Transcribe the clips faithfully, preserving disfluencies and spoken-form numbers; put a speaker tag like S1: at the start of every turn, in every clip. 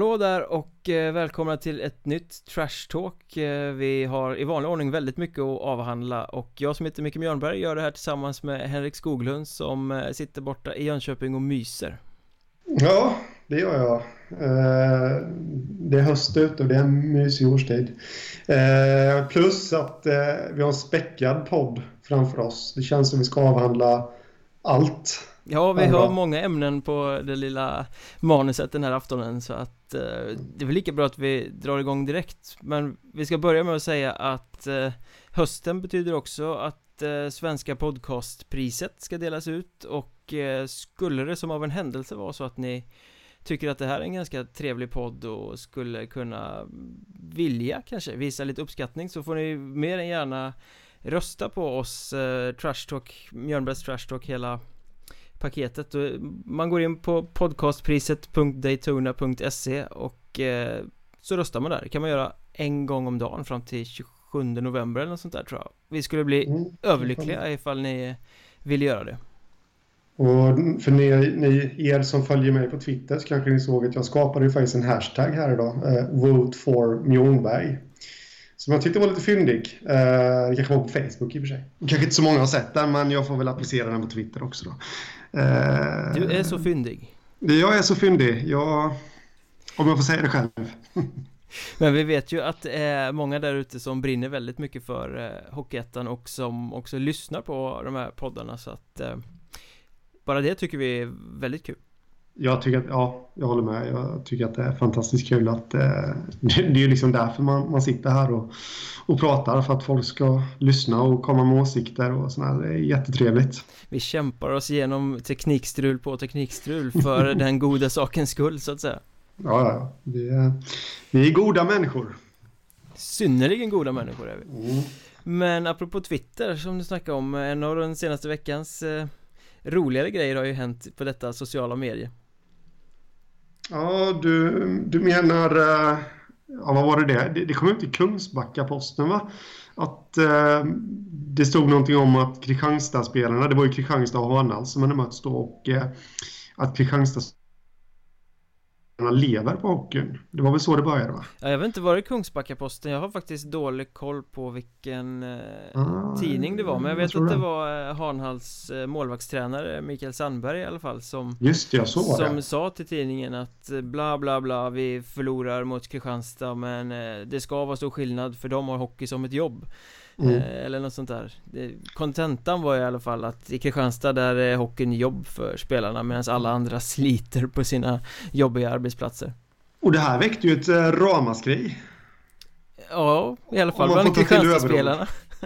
S1: Hallå där och eh, välkomna till ett nytt Trash Talk. eh, Vi har i vanlig ordning väldigt mycket att avhandla. Och jag som heter Micke Mjörnberg gör det här tillsammans med Henrik Skoglund som eh, sitter borta i Jönköping och myser.
S2: Ja, det gör jag. eh, Det är höst ute och det är en mysig årstid. eh, Plus att eh, vi har en späckad podd framför oss. Det känns som vi ska avhandla allt.
S1: Ja, vi har många ämnen på det lilla manuset den här aftonen. Så att eh, det är väl lika bra att vi drar igång direkt. Men vi ska börja med att säga att eh, hösten betyder också att eh, Svenska podcastpriset ska delas ut. Och eh, skulle det som av en händelse vara så att ni tycker att det här är en ganska trevlig podd och skulle kunna vilja kanske visa lite uppskattning, så får ni mer än gärna rösta på oss. eh, Trash Talk, Mjörnbergs Trash Talk, hela paketet. Man går in på podcastpriset punkt daytona punkt se och eh, så röstar man där. Det kan man göra en gång om dagen fram till tjugosjunde november eller något sånt där, tror jag. Vi skulle bli mm. överlyckliga ifall ni vill göra det.
S2: Och för ni, ni er som följer mig på Twitter så kanske ni såg att jag skapade ju faktiskt en hashtag här idag, eh, Vote for Mjörnberg, som jag tyckte var lite fyndig. eh, Kanske var på Facebook i och för sig. Kanske inte så många har sett den, men jag får väl applicera den på Twitter också då. eh,
S1: Du är så fyndig.
S2: Jag är så fyndig, jag, om jag får säga det själv.
S1: Men vi vet ju att det är många där ute som brinner väldigt mycket för eh, Hockeyettan och som också lyssnar på de här poddarna, så att eh, bara det tycker vi är väldigt kul.
S2: Jag tycker att, ja, jag håller med. Jag tycker att det är fantastiskt kul att eh, det, det är ju liksom därför man, man sitter här och, och pratar, för att folk ska lyssna och komma med åsikter och sådär. Det är jättetrevligt.
S1: Vi kämpar oss igenom teknikstrul på teknikstrul för den goda sakens skull, så att säga.
S2: Ja, ja. Vi är, vi är goda människor.
S1: Synnerligen goda människor är vi.
S2: Mm.
S1: Men apropå Twitter som du snackade om, en av den senaste veckans eh, roligare grejer har ju hänt på detta sociala medier.
S2: Ja, du, du menar, ja, vad var det det? Det, det kom ut i Kungsbacka-posten, va? Att eh, det stod någonting om att Kristianstad-spelarna, det var ju Kristianstad och Hanal som hade mötts då, och eh, att Kristianstad lever på hockeyn. Det var väl så det började, va?
S1: Ja, jag vet inte vad det är Kungsbacka-posten. Jag har faktiskt dålig koll på vilken eh, ah, tidning det var. Men jag vet jag att det, det var eh, Hanhals eh, målvaktstränare Mikael Sandberg i alla fall som,
S2: Just det, jag såg
S1: som
S2: det.
S1: sa till tidningen att eh, bla bla bla, vi förlorar mot Kristianstad, men eh, det ska vara stor skillnad för de har hockey som ett jobb. Mm. Eh, eller något sånt där. Kontentan var i alla fall att i Kristianstad där är hockeyn jobb för spelarna, medan alla andra sliter på sina jobbiga arbetsplatser.
S2: Och det här väckte ju ett äh, ramaskri.
S1: Ja, i alla fall bland Kristianstad-spelarna.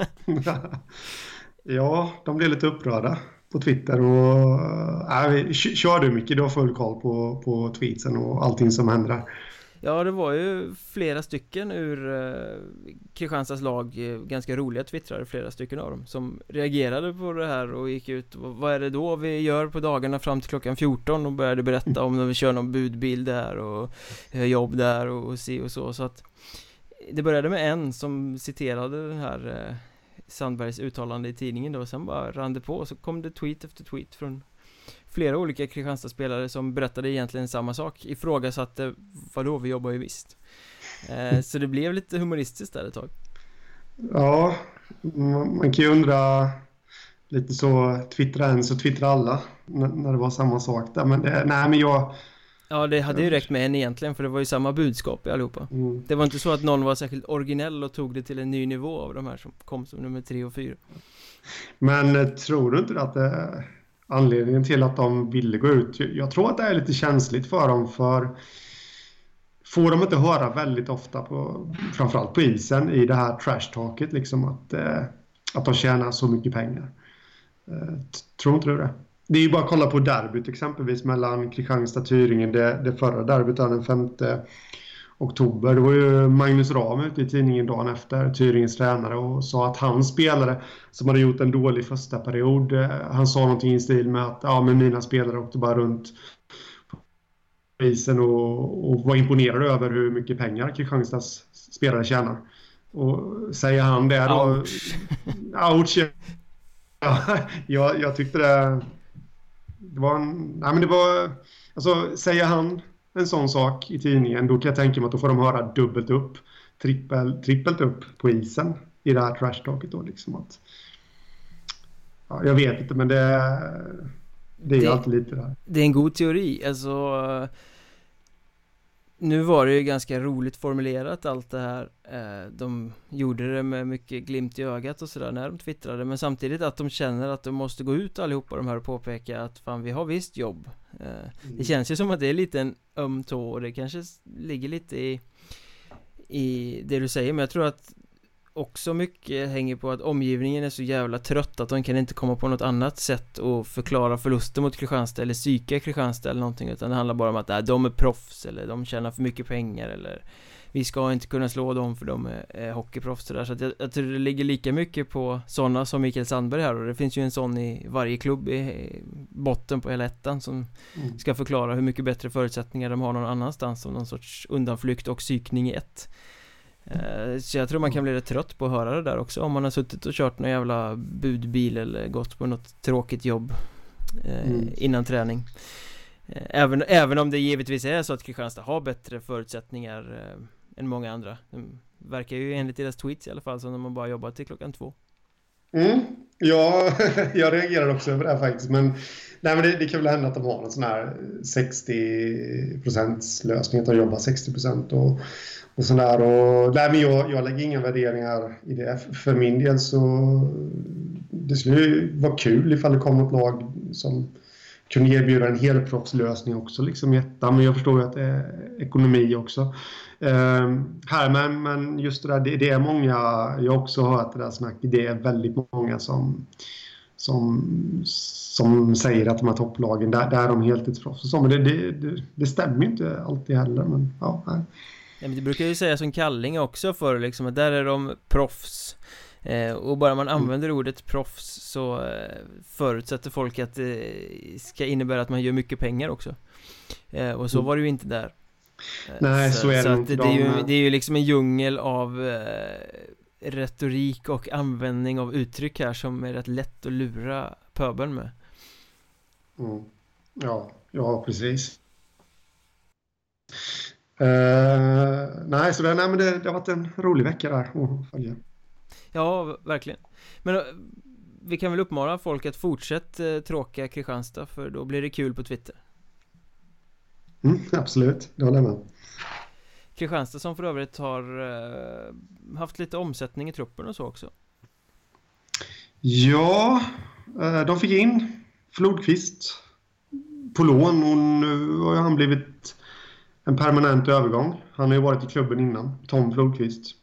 S2: Ja, de blev lite upprörda på Twitter. Och äh, kör du mycket, du har full koll på, på tweetsen och allting som händer där.
S1: Ja, det var ju flera stycken ur eh, Kristianstads lag, eh, ganska roliga twittrare, flera stycken av dem, som reagerade på det här och gick ut. Vad är det då vi gör på dagarna fram till klockan fjorton? Och började berätta om när vi kör någon budbil där och eh, jobb där och, och si och så. Så att det började med en som citerade den här eh, Sandbergs uttalande i tidningen då, och sen bara rann det på, och så kom det tweet efter tweet från flera olika Kristianstad-spelare som berättade egentligen samma sak. Ifrågasatte, vadå, vi jobbar ju visst. Eh, så det blev lite humoristiskt där ett tag.
S2: Ja, man, man kan ju undra lite så, twittra en så twittra alla när, när det var samma sak där. Men det, nej men jag...
S1: Ja, det hade ju räckt med en egentligen, för det var ju samma budskap i allihopa. Mm. Det var inte så att någon var särskilt originell och tog det till en ny nivå av de här som kom som nummer tre och fyra.
S2: Men tror du inte att det... Anledningen till att de ville gå ut, jag tror att det är lite känsligt för dem, för får de inte höra väldigt ofta på, framförallt på isen i det här trash-talket, liksom att, eh, att de tjänar så mycket pengar. Eh, tror inte du det? Det är ju bara att kolla på derbyt exempelvis mellan Kristianstad och Tyringen, det, det förra derbyt den femte oktober. Det var ju Magnus Ram ute i tidningen dagen efter, Tyringens tränare, och sa att han spelare som hade gjort en dålig första period, han sa någonting i stil med att ja, men mina spelare åkte bara runt på isen och, och var imponerade över hur mycket pengar Kristianstads spelare tjänar. Och säger han det då...
S1: Ouch!
S2: Ouch! Ja, jag, jag tyckte det... Det var en... Nej, men det var... Alltså, säger han en sån sak i tidningen, då kan jag tänka mig att då får de höra dubbelt upp, trippel, trippelt upp på isen i det här trash talket då liksom att ja, jag vet inte, men det det är det, alltid lite där.
S1: Det är en god teori, alltså nu var det ju ganska roligt formulerat allt det här. De gjorde det med mycket glimt i ögat och sådär när de twittrade, men samtidigt att de känner att de måste gå ut allihopa de här och påpeka att fan, vi har visst jobb. Mm. Det känns ju som att det är lite en öm tå, och det kanske ligger lite i i det du säger, men jag tror att också mycket hänger på att omgivningen är så jävla trött att de kan inte komma på något annat sätt att förklara förluster mot Kristianstad eller psyka Kristianstad eller någonting, utan det handlar bara om att äh, de är proffs eller de tjänar för mycket pengar eller vi ska inte kunna slå dem för de är, är hockeyproffs där. Så att jag, jag tror det ligger lika mycket på sådana som Mikael Sandberg här, och det finns ju en sån i varje klubb i, i botten på hela ettan som mm. ska förklara hur mycket bättre förutsättningar de har någon annanstans, som någon sorts undanflykt och psykning i ett. Så jag tror man kan bli rätt trött på att höra det där också, om man har suttit och kört någon jävla budbil eller gått på något tråkigt jobb eh, mm. innan träning. Även, även om det givetvis är så att Kristianstad har bättre förutsättningar eh, än många andra. De verkar ju enligt deras tweets i alla fall som de har bara jobbat till klockan två.
S2: Mm. Ja, jag reagerar också över det här faktiskt. Men, nej, men det, det kan väl hända att de har en sån här sextio procent lösning, att de jobbar sextio procent och Och sådär, och nej, men jag, jag lägger inga värderingar i det. För min del så det skulle vara kul ifall det kom något lag som kunde erbjuda en helproffslösning också liksom i ettan, men jag förstår ju att det är ekonomi också. Uh, här, men, men just det där, det, det är många, jag har också hört det där snacket, det är väldigt många som som, som säger att de här topplagen, där, där är de heltidsproffs och så, men det, det, det, det stämmer inte alltid heller, men ja, nej.
S1: Ja, men det brukar ju säga som Kalling också för liksom, att där är de proffs eh, och bara man använder mm. ordet proffs så eh, förutsätter folk att det ska innebära att man gör mycket pengar också eh, och så mm. var det ju inte där. eh,
S2: Nej, så, så är det
S1: så
S2: inte.
S1: Att det, är ju, det är ju liksom en djungel av eh, retorik och användning av uttryck här som är rätt lätt att lura pöbeln med.
S2: Mm. Ja, ja, precis. Uh, nej, så det, nej, men det, det har varit en rolig vecka där att följa.
S1: Ja, verkligen. Men uh, vi kan väl uppmana folk att fortsätta uh, tråka Kristianstad, för då blir det kul på Twitter.
S2: Mm, absolut, det håller jag med.
S1: Kristianstad som för övrigt har uh, haft lite omsättning i truppen och så också.
S2: Ja, uh, de fick in Flodqvist på lån och nu har han blivit en permanent övergång. Han har ju varit i klubben innan, Tom Flodqvist.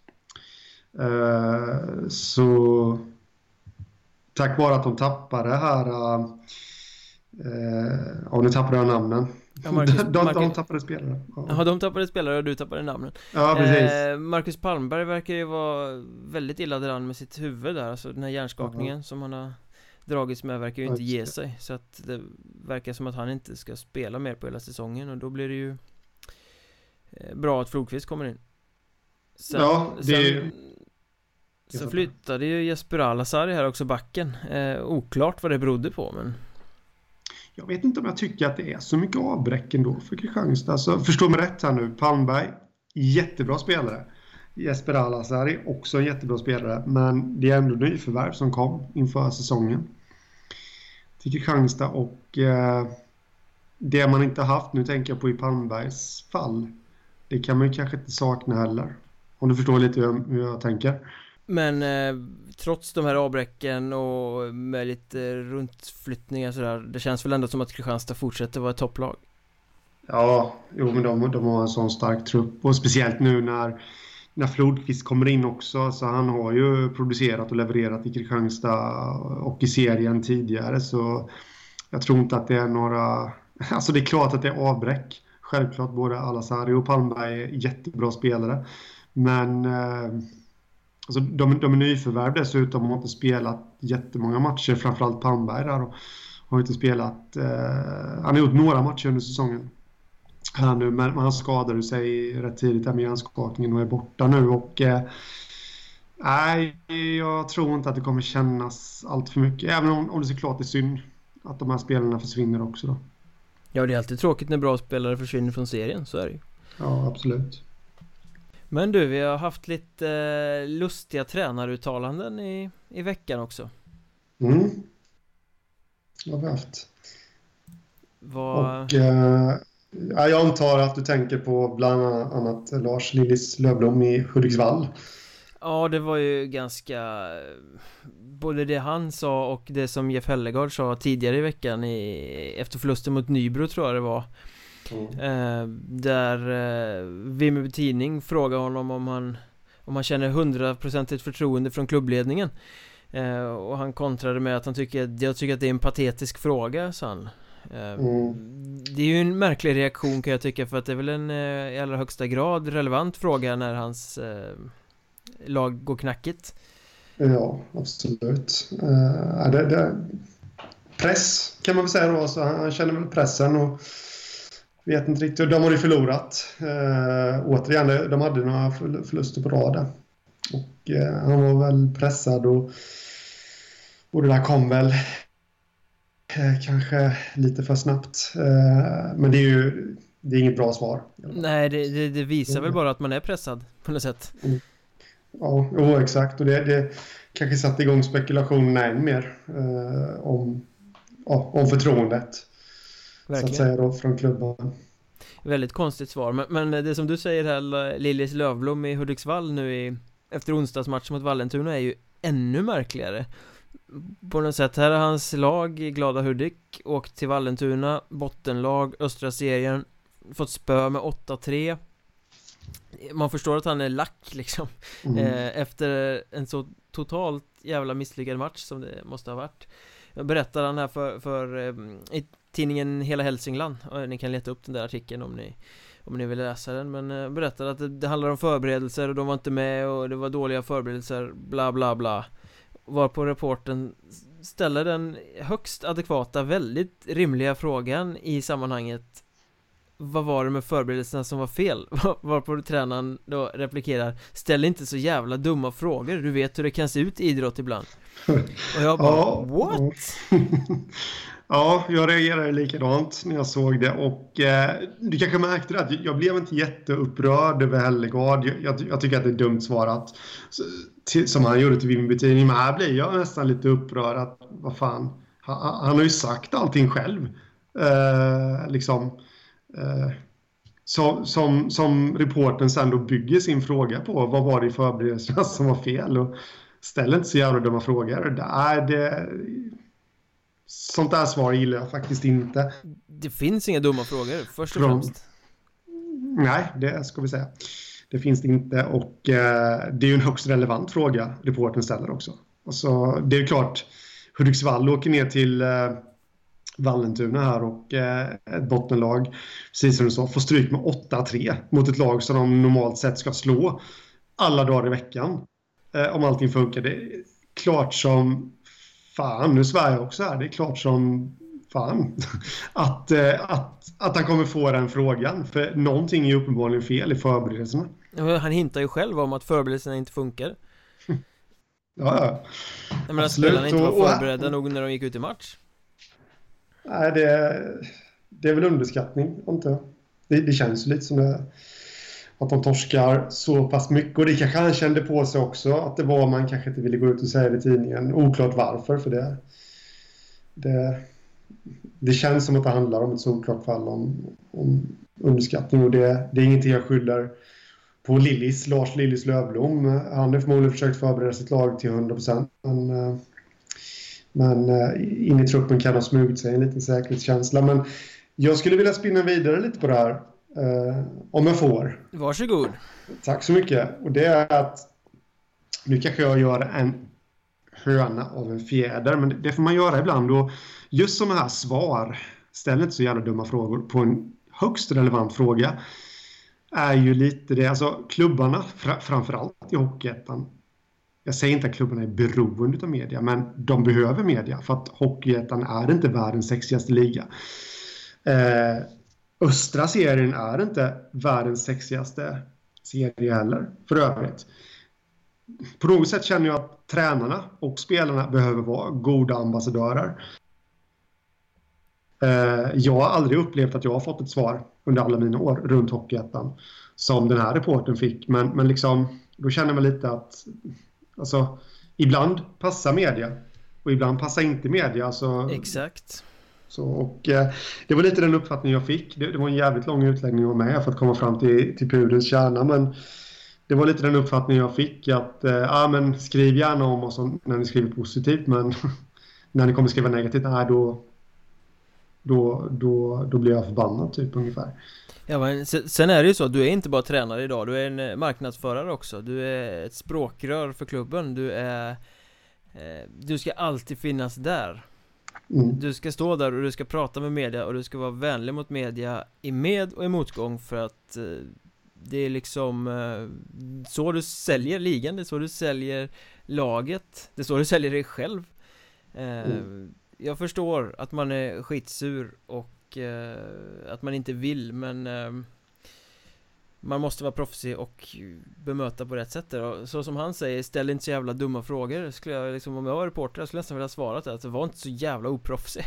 S2: Uh, så tack vare att de tappade här uh, uh, nu tappade jag namnen. Ja, Marcus, de, de, de tappade spelare. Ja.
S1: ja, de tappade spelare och du tappade namnen.
S2: Ja, precis.
S1: Uh, Marcus Palmberg verkar ju vara väldigt illa däran med sitt huvud där. Alltså den här hjärnskakningen uh-huh. som han har dragits med verkar ju inte ge sig. Så att det verkar som att han inte ska spela mer på hela säsongen, och då blir det ju bra att Flodqvist kommer in. Sen,
S2: ja, det
S1: sen, sen flyttade ju Jesper Alasari här också, backen. Eh, oklart vad det berodde på, men
S2: jag vet inte om jag tycker att det är så mycket avbräck ändå för Kristianstad. Alltså, förstå mig rätt här nu. Palmberg, jättebra spelare. Jesper Alasari, också en jättebra spelare. Men det är ändå nyförvärv som kom inför säsongen till Kristianstad, och eh, det man inte haft, nu tänker jag på i Palmbergs fall, det kan man ju kanske inte sakna heller. Om du förstår lite hur, hur jag tänker.
S1: Men eh, trots de här avbräcken och med lite runtflyttningar sådär, det känns väl ändå som att Kristianstad fortsätter vara ett topplag.
S2: Ja, jo, men de, de har en sån stark trupp. Och speciellt nu när, när Flodqvist kommer in också. Så han har ju producerat och levererat i Kristianstad och i serien tidigare. Så jag tror inte att det är några... Alltså det är klart att det är avbräck. Självklart både Alasari och Palmberg är jättebra spelare. Men eh, alltså de, de är nyförvärv dessutom, har inte spelat jättemånga matcher. Framförallt Palmberg där. Och har inte spelat... Eh, han har gjort några matcher under säsongen. Här nu, men han skadade sig rätt tidigt där med hjärnskakningen och är borta nu. Och eh, nej, jag tror inte att det kommer kännas allt för mycket. Även om, om det såklart är synd att de här spelarna försvinner också då.
S1: Ja, det är alltid tråkigt när bra spelare försvinner från serien, så är det ju.
S2: Ja, absolut.
S1: Men du, vi har haft lite eh, lustiga tränaruttalanden i, i veckan också.
S2: Mm. Det har vi haft.
S1: Vad...
S2: Och eh, ja, jag antar att du tänker på bland annat Lars Lillis Lövblom i Hudiksvall.
S1: Ja, det var ju ganska... Både det han sa och det som Jeff Hellegard sa tidigare i veckan i, efter förlusten mot Nybro, tror jag det var. Mm. Eh, där eh, Vimmerby Tidning frågade honom om han, om han känner hundraprocentigt förtroende från klubbledningen. Eh, och han kontrade med att han tycker, jag tycker att det är en patetisk fråga, sa han. Eh, mm. Det är ju en märklig reaktion, kan jag tycka, för att det är väl en eh, i allra högsta grad relevant fråga när hans eh, lag går knackigt.
S2: Ja, absolut. Uh, det, det, press kan man väl säga då, så han, han känner väl pressen och vet inte riktigt. De har ju förlorat. Uh, återigen, de hade några förluster på raden. Och uh, han var väl pressad och, och det där kom väl uh, kanske lite för snabbt. Uh, men det är ju det är inget bra svar.
S1: Nej, det, det, det visar mm. väl bara att man är pressad på något sätt.
S2: Mm. Ja, oh, exakt. Och det, det kanske satte igång spekulationerna än mer uh, om, oh, om förtroendet. Verkligen. Så att säga då, från klubben.
S1: Väldigt konstigt svar. Men, men det som du säger här, Lillis Lövblom i Hudiksvall nu i, efter onsdagsmatchen mot Vallentuna, är ju ännu märkligare. På något sätt, här är hans lag i Glada Hudik åkt till Vallentuna, bottenlag, östra serien, fått spö med åtta tre. Man förstår att han är lack liksom. Mm. eh, Efter en så totalt jävla misslyckad match som det måste ha varit. Jag berättar han här för, för eh, i tidningen Hela Hälsingland, och ni kan leta upp den där artikeln om ni, om ni vill läsa den. Men eh, berättar att det, det handlar om förberedelser och de var inte med och det var dåliga förberedelser, bla bla bla. Varpå reporten ställer den högst adekvata, väldigt rimliga frågan i sammanhanget: vad var det med förberedelserna som var fel? Varpå tränaren då replikerar: ställ inte så jävla dumma frågor, du vet hur det kan se ut i idrott ibland. Och jag bara, ja, what?
S2: Ja, jag reagerade likadant när jag såg det. Och eh, du kanske märkte det, att jag blev inte jätteupprörd över Hellegard. Jag, jag, jag tycker att det är dumt svarat, så, till, som han gjorde till Vimmerby Tidning. Men här blir jag nästan lite upprörd att, vad fan, han, han har ju sagt allting själv. Eh, liksom Eh, så, som, som reporten sen då bygger sin fråga på. Vad var det i förberedelserna som var fel? Och ställ inte så jävla dumma frågor. Det är det, sånt där svar gillar jag faktiskt inte.
S1: Det finns inga dumma frågor, först och främst.
S2: Nej, det ska vi säga. Det finns det inte. Och eh, det är ju en högst relevant fråga reporten ställer också. Alltså, det är ju klart, Hudiksvall åker ner till eh, Vallentuna här och eh, ett bottenlag, precis som du sa, får stryk med åtta tre mot ett lag som de normalt sett ska slå alla dagar i veckan, eh, om allting funkar. Det är klart som fan, nu svär jag också här, det är klart som fan att, eh, att, att han kommer få den frågan, för någonting är uppenbarligen fel i förberedelserna.
S1: Han hintar ju själv om att förberedelserna inte funkar.
S2: Ja, ja.
S1: Jag menar, spelarna inte var förberedda och, nog när de gick ut i match.
S2: Nej, det, det är väl underskattning, inte? Det, det känns lite som det, att de torskar så pass mycket. Och det kanske han kände på sig också, att det var, man kanske inte ville gå ut och säga det i tidningen. Oklart varför, för det, det, det känns som att det handlar om ett så oklart fall om, om underskattning. Och det, det är ingenting jag skyller på Lillis, Lars Lillis Lövblom. Han har förmodligen försökt förbereda sitt lag till hundra procent, men... Men uh, in i truppen kan ha smugit sig en liten säkerhetskänsla. Men jag skulle vilja spinna vidare lite på det här. Uh, om jag får.
S1: Varsågod.
S2: Tack så mycket. Och det är att nu kanske jag gör en höna av en fjäder. Men det får man göra ibland. Och just som här svar, ställ inte så jävla dumma frågor på en högst relevant fråga, är ju lite det. Alltså klubbarna, fra, framförallt i Hockeyettan. Jag säger inte att klubbarna är beroende av media, men de behöver media, för att Hockeyettan är inte världens sexigaste liga. Eh, östra serien är inte världens sexigaste serie heller, för övrigt. På något sätt känner jag att tränarna och spelarna behöver vara goda ambassadörer. Eh, jag har aldrig upplevt att jag har fått ett svar under alla mina år runt Hockeyettan som den här reporten fick. Men, men liksom, då känner man lite att alltså, ibland passar media och ibland passar inte media. Alltså,
S1: Exakt.
S2: Så, och eh, det var lite den uppfattning jag fick. Det, det var en jävligt lång utläggning av mig för att komma fram till, till pudelns kärna. Men det var lite den uppfattning jag fick att eh, ah, men skriv gärna om oss när ni skriver positivt. Men när ni kommer skriva negativt, nej, då, då, då, då blir jag förbannad typ ungefär.
S1: Ja, men sen är det ju så, du är inte bara tränare idag, du är en marknadsförare också. Du är ett språkrör för klubben. Du är eh, Du ska alltid finnas där. Mm. Du ska stå där och du ska prata med media och du ska vara vänlig mot media i med- och i motgång, för att eh, det är liksom eh, så du säljer ligan, det är så du säljer laget, det är så du säljer dig själv. eh, mm. Jag förstår att man är skitsur och eh, att man inte vill, men eh, man måste vara proffsig och bemöta på rätt sätt där. Och så som han säger, ställ inte så jävla dumma frågor. Skulle jag liksom, om jag var reporter, skulle jag nästan vilja svara att det var inte så jävla oproffsig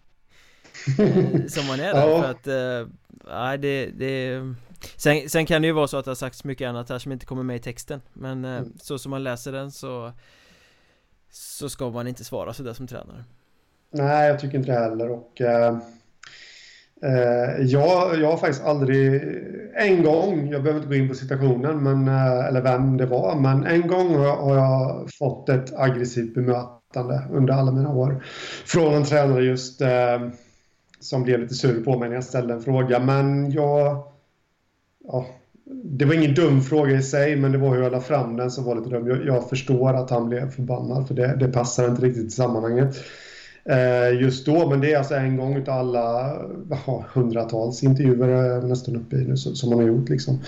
S1: som man är där. Ja. För att eh, nej, det, det sen, sen kan det ju vara så att det har sagts mycket annat här som inte kommer med i texten. Men eh, mm. så som man läser den så så ska man inte svara så där som tränare.
S2: Nej, jag tycker inte det heller. Och eh... Uh, jag, jag har faktiskt aldrig, en gång, jag behöver inte gå in på situationen men, uh, eller vem det var, men en gång har jag, har jag fått ett aggressivt bemötande under alla mina år från en tränare just uh, som blev lite sur på mig när jag ställde en fråga. Men jag, ja, det var ingen dum fråga i sig, men det var hur jag la fram den som var lite dum. Jag, jag förstår att han blev förbannad, för det, det passar inte riktigt i sammanhanget just då, men det är alltså en gång utav alla aha, hundratals intervjuer nästan uppe i nu som man har gjort liksom.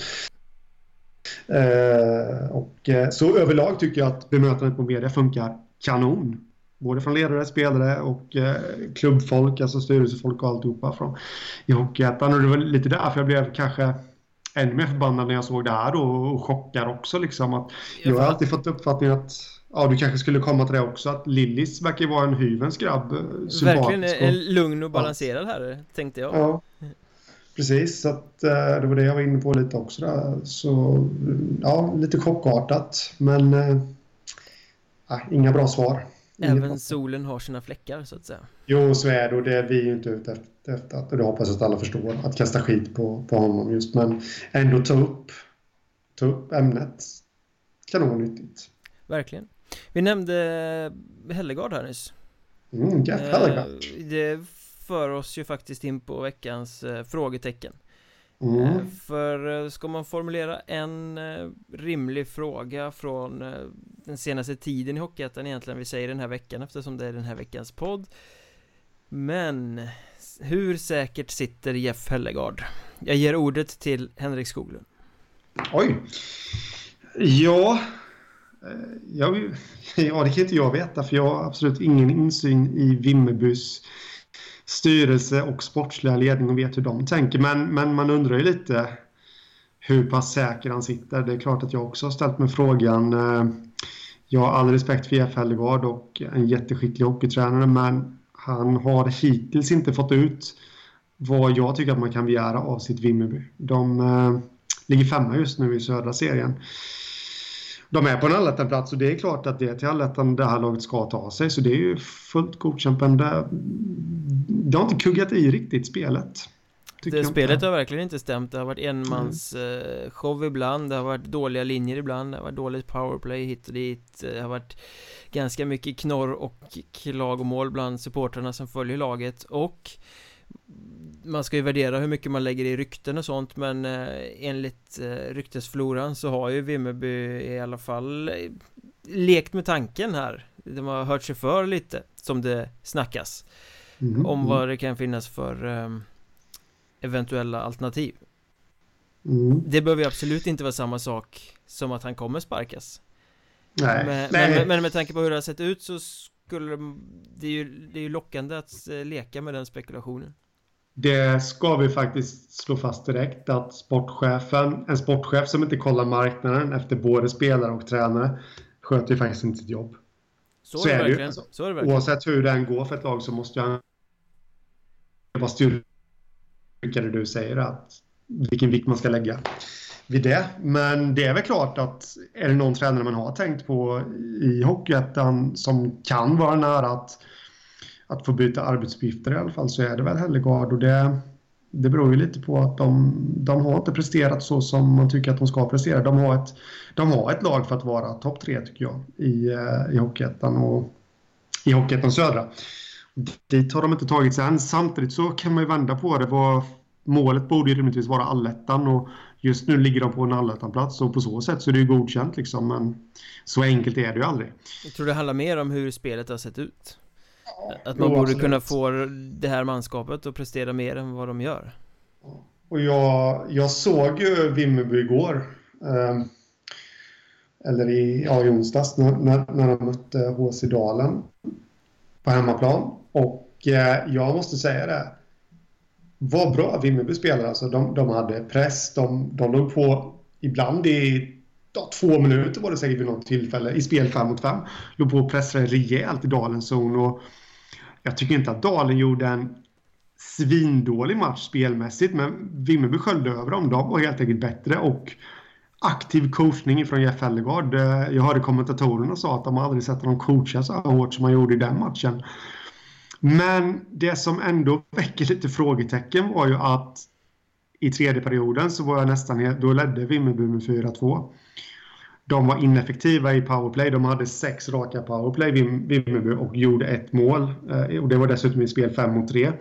S2: Eh, och så överlag tycker jag att bemötandet på media funkar kanon, både från ledare, spelare och eh, klubbfolk, alltså styrelsefolk och alltihopa från i Hockeyettan. Och det var lite därför jag blev kanske ännu mer förbannad när jag såg det här då, och chockad också liksom, att jag har alltid fått uppfattningen att ja, du kanske skulle komma till det också, att Lillis verkar vara en hyvens grabb.
S1: Verkligen en lugn och balanserad här, tänkte jag.
S2: Ja, precis. Så att, det var det jag var inne på lite också där. Så ja, lite chockartat. Men äh, inga bra svar.
S1: Även inga solen har sina fläckar, så att säga.
S2: Jo, så är det. Och det är vi ju inte ute efter. Att, och det hoppas jag att alla förstår. Att kasta skit på, på honom just. Men ändå ta upp, ta upp ämnet. Kanonnyttigt.
S1: Verkligen. Vi nämnde Hellegard här nyss.
S2: Mm, Jeff Hellegard.
S1: Det för oss ju faktiskt in på veckans eh, frågetecken.
S2: Mm.
S1: Eh, för ska man formulera en eh, rimlig fråga från eh, den senaste tiden i Hockeyettan egentligen, vi säger den här veckan eftersom det är den här veckans podd. Men hur säkert sitter Jeff Hellegard? Jag ger ordet till Henrik Skoglund.
S2: Oj. Ja... Ja, ja, det kan inte jag veta, för jag har absolut ingen insyn i Vimmerbys styrelse och sportsliga ledning och vet hur de tänker. Men, men man undrar ju lite hur pass säker han sitter. Det är klart att jag också har ställt mig frågan. Jag har all respekt för Jeff Hellegard och en jätteskicklig hockeytränare, men han har hittills inte fått ut vad jag tycker att man kan begära av sitt Vimmerby. De eh, ligger femma just nu i södra serien. De är på en allettan-plats och det är klart att det är till allettan det här laget ska ta sig. Så det är ju fullt godkämpande. Det har inte kuggat i riktigt spelet.
S1: Det spelet inte. Har verkligen inte stämt. Det har varit enmans mm. show ibland. Det har varit dåliga linjer ibland. Det har varit dåligt powerplay hit och dit. Det har varit ganska mycket knorr och klagomål bland supporterna som följer laget. Och man ska ju värdera hur mycket man lägger i rykten och sånt, men eh, enligt eh, ryktesfloran så har ju Vimmerby i alla fall eh, lekt med tanken här. De har hört sig för lite, som det snackas mm, om vad det kan finnas för eh, eventuella alternativ. Mm. Det behöver ju absolut inte vara samma sak som att han kommer sparkas.
S2: Nej.
S1: Men,
S2: Nej.
S1: Men, men med tanke på hur det har sett ut så skulle det är ju, det är ju lockande att eh, leka med den spekulationen.
S2: Det ska vi faktiskt slå fast direkt, att sportchefen, en sportchef som inte kollar marknaden efter både spelare och tränare sköter ju faktiskt inte sitt jobb.
S1: Så, så är det verkligen. Alltså,
S2: så är det verkligen. Oavsett hur den går för ett lag så måste han vad styrka det du säger, att vilken vikt man ska lägga vid det. Men det är väl klart att är det någon tränare man har tänkt på i Hockeyettan som kan vara nära att, att få byta arbetsuppgifter i alla fall, så är det väl Hellegard. Och det, det beror ju lite på att de, de har inte presterat så som man tycker att de ska prestera. De har ett, de har ett lag för att vara topp tre, tycker jag, i, i Hockeyettan och i Hockeyettan Södra. Dit har de inte tagit sig än. Samtidigt så kan man ju vända på det. Var, målet borde ju rimligtvis vara allettan, och just nu ligger de på en allettanplats, och på så sätt så är det ju godkänt liksom, men så enkelt är det ju aldrig.
S1: Jag tror det handlar mer om hur spelet har sett ut. Att man
S2: jo,
S1: borde
S2: absolut. kunna
S1: få det här manskapet att prestera mer än vad de gör.
S2: Och jag, jag såg ju Vimmerby igår. Eh, eller i, ja, i onsdags när, när, när de mötte H C Dalen på hemmaplan. Och eh, jag måste säga det. Vad bra Vimmerby spelade. Alltså, de, de hade press. De, de låg på ibland i ja, två minuter var det säkert vid något tillfälle. I spel fem mot fem. Låg på och pressade rejält i Dalens zon. Och jag tycker inte att Dalen gjorde en svindålig match spelmässigt. Men Vimmerby sköljde över dem. De var helt enkelt bättre. Och aktiv coachning från Jeff Hellegard. Jag hörde kommentatorerna sa att de aldrig sett någon coacha så hårt som man gjorde i den matchen. Men det som ändå väcker lite frågetecken var ju att i tredje perioden så var jag nästan, då ledde Vimmerby med fyra två. De var ineffektiva i powerplay. De hade sex raka powerplay, Vim, Vimmerby, och gjorde ett mål. Och det var dessutom i spel fem mot tre.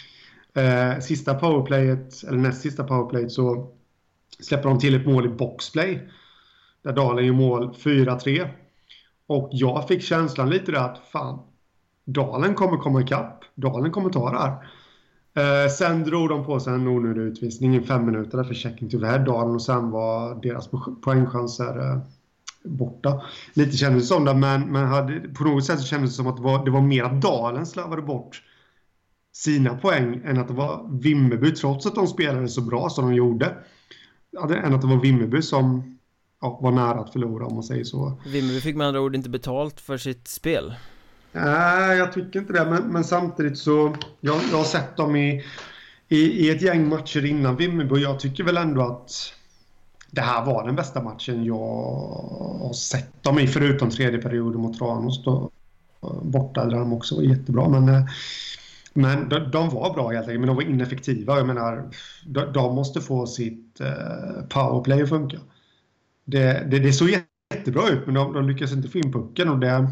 S2: Sista powerplayet, eller näst sista powerplayet, så släpper de till ett mål i boxplay. Där Dalen gör mål fyra tre. Och jag fick känslan lite där att fan, Dalen kommer komma ikapp. Dalen kommer ta det här. Eh, sen drog de på sig en onödig utvisning i fem minuter för checking to the head, Dalen, och sen var deras poängchanser eh, borta. Lite kändes det som det, men, men hade, på något sätt så kändes det som att det var, det var mer att Dalen slarvade bort sina poäng än att det var Vimmerby, trots att de spelade så bra som de gjorde. Ja, än att det var Vimmerby som ja, var nära att förlora, om man säger så.
S1: Vimmerby fick med andra ord inte betalt för sitt spel.
S2: Nej, jag tycker inte det. Men, men samtidigt så... Jag, jag har sett dem i, i, i ett gäng matcher innan Vimmerby. Jag tycker väl ändå att det här var den bästa matchen jag har sett dem i. Förutom tredje perioden mot Tranås. Då, borta där de också var jättebra. Men, men de, de var bra helt enkelt. Men de var ineffektiva. Jag menar, de, de måste få sitt uh, powerplay att funka. Det, det, det såg jättebra ut. Men de, de lyckas inte få in pucken. Och det...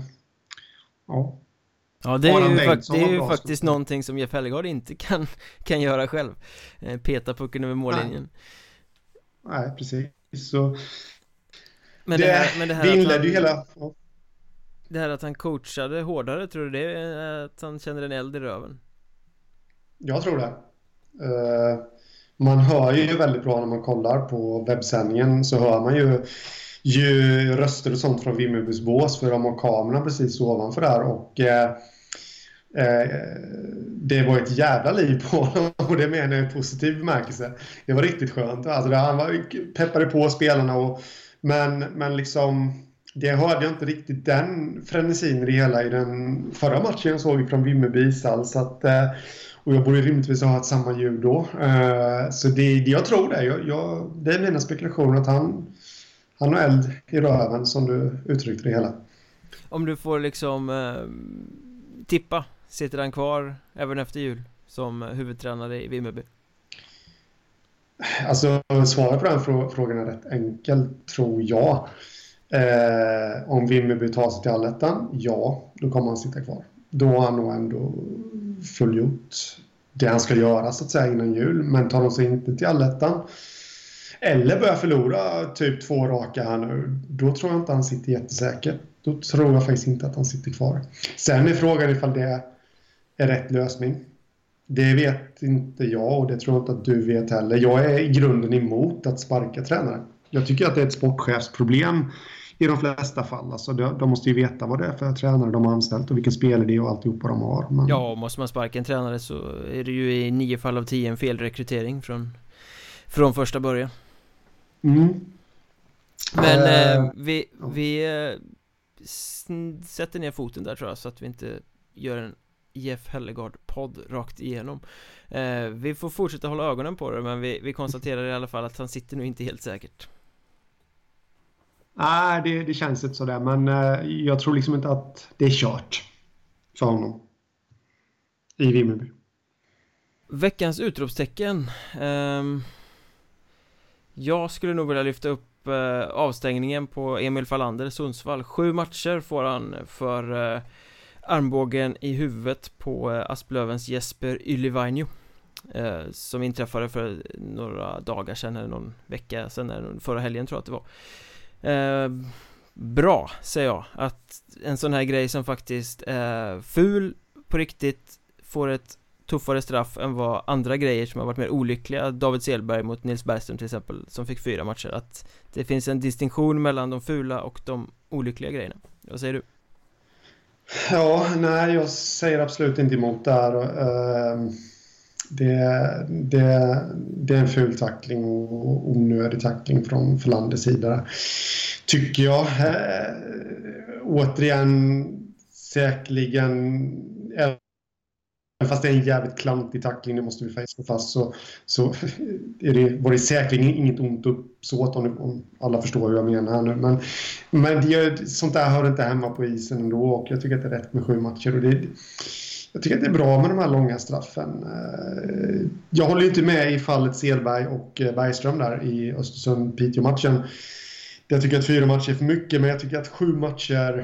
S2: Ja,
S1: ja det är ju, fakt- det är ju faktiskt någonting som Jeff Hellegard inte kan, kan göra själv. eh, Peta pucken över mållinjen.
S2: Nej, Nej precis. Så
S1: men det, det här, men det här
S2: det inledde
S1: han,
S2: ju hela... Ja.
S1: Det här att han coachade hårdare, tror du det är att han känner en eld i röven?
S2: Jag tror det. uh, Man hör ju väldigt bra när man kollar på webbsändningen, så hör man ju ju röster och sånt från Vimmerbys bås, för de har kameran precis ovanför där, och eh, eh, det var ett jävla liv på honom, och det menar jag i positiv bemärkelse. Det var riktigt skönt. Alltså, det, han var, peppade på spelarna, och, men, men liksom det hörde jag inte riktigt den frenesin i det hela i den förra matchen jag såg från Vimmerby, så att, eh, och jag borde rimligtvis ha ett samma ljud då. Eh, så det, det jag tror det, jag, jag, det är mina spekulationer att han Han har eld i röven, som du uttryckte det hela.
S1: Om du får liksom eh, tippa, sitter han kvar även efter jul som huvudtränare i Vimmerby?
S2: Alltså, svaret på den frå- frågan är rätt enkel, tror jag. Eh, om Vimmerby tar sig till allettan, ja, då kommer han sitta kvar. Då har han nog ändå fullgjort det han ska göra, så att säga, innan jul. Men tar de sig inte till allettan, eller börjar förlora typ två raka här nu, då tror jag inte han sitter jättesäker. Då tror jag faktiskt inte att han sitter kvar. Sen är frågan ifall det är rätt lösning. Det vet inte jag, och det tror jag inte att du vet heller. Jag är i grunden emot att sparka tränare. Jag tycker att det är ett sportchefsproblem i de flesta fall. Alltså de, de måste ju veta vad det är för tränare de har anställt och vilken spelare och alltihopa de har. Men...
S1: Ja, måste man sparka en tränare så är det ju i nio fall av tio en felrekrytering från, från första början.
S2: Mm.
S1: Men
S2: uh,
S1: eh, vi, vi eh, sätter ner foten där, tror jag, så att vi inte gör en Jeff Hellegard-podd rakt igenom. eh, Vi får fortsätta hålla ögonen på det, men vi, vi konstaterar i alla fall att han sitter nu inte helt säkert.
S2: Nej, det, det känns inte sådär, men eh, jag tror liksom inte att det är kört för honom i Vimmerby.
S1: Veckans utropstecken. Um, jag skulle nog vilja lyfta upp uh, avstängningen på Emil Fallander Sundsvall. Sju matcher får han för uh, armbågen i huvudet på uh, Asplövens Jesper Ylivainio, uh, som inträffade för några dagar sedan, eller någon vecka sedan, eller förra helgen tror jag att det var. Uh, bra, säger jag, att en sån här grej som faktiskt är ful på riktigt får ett tuffare straff än vad andra grejer som har varit mer olyckliga. David Selberg mot Nils Bergström till exempel, som fick fyra matcher. Att det finns en distinktion mellan de fula och de olyckliga grejerna. Vad säger du?
S2: Ja, nej, jag säger absolut inte emot där. Uh, det, det, det är en ful tackling och onödig tackling från Falanders sida, tycker jag. Uh, återigen, säkerligen, fast det är en jävligt klantig tackling, det måste vi faktiskt fast, så, så är det, var det säkerligen inget ont uppsåt, om, om alla förstår hur jag menar här nu. Men, men det, sånt där hör inte hemma på isen ändå, och jag tycker att det är rätt med sju matcher. Och det, jag tycker att det är bra med de här långa straffen. Jag håller inte med i fallet Selberg och Bergström där i Östersund-Piteå-matchen. Jag tycker att fyra matcher är för mycket, men jag tycker att sju matcher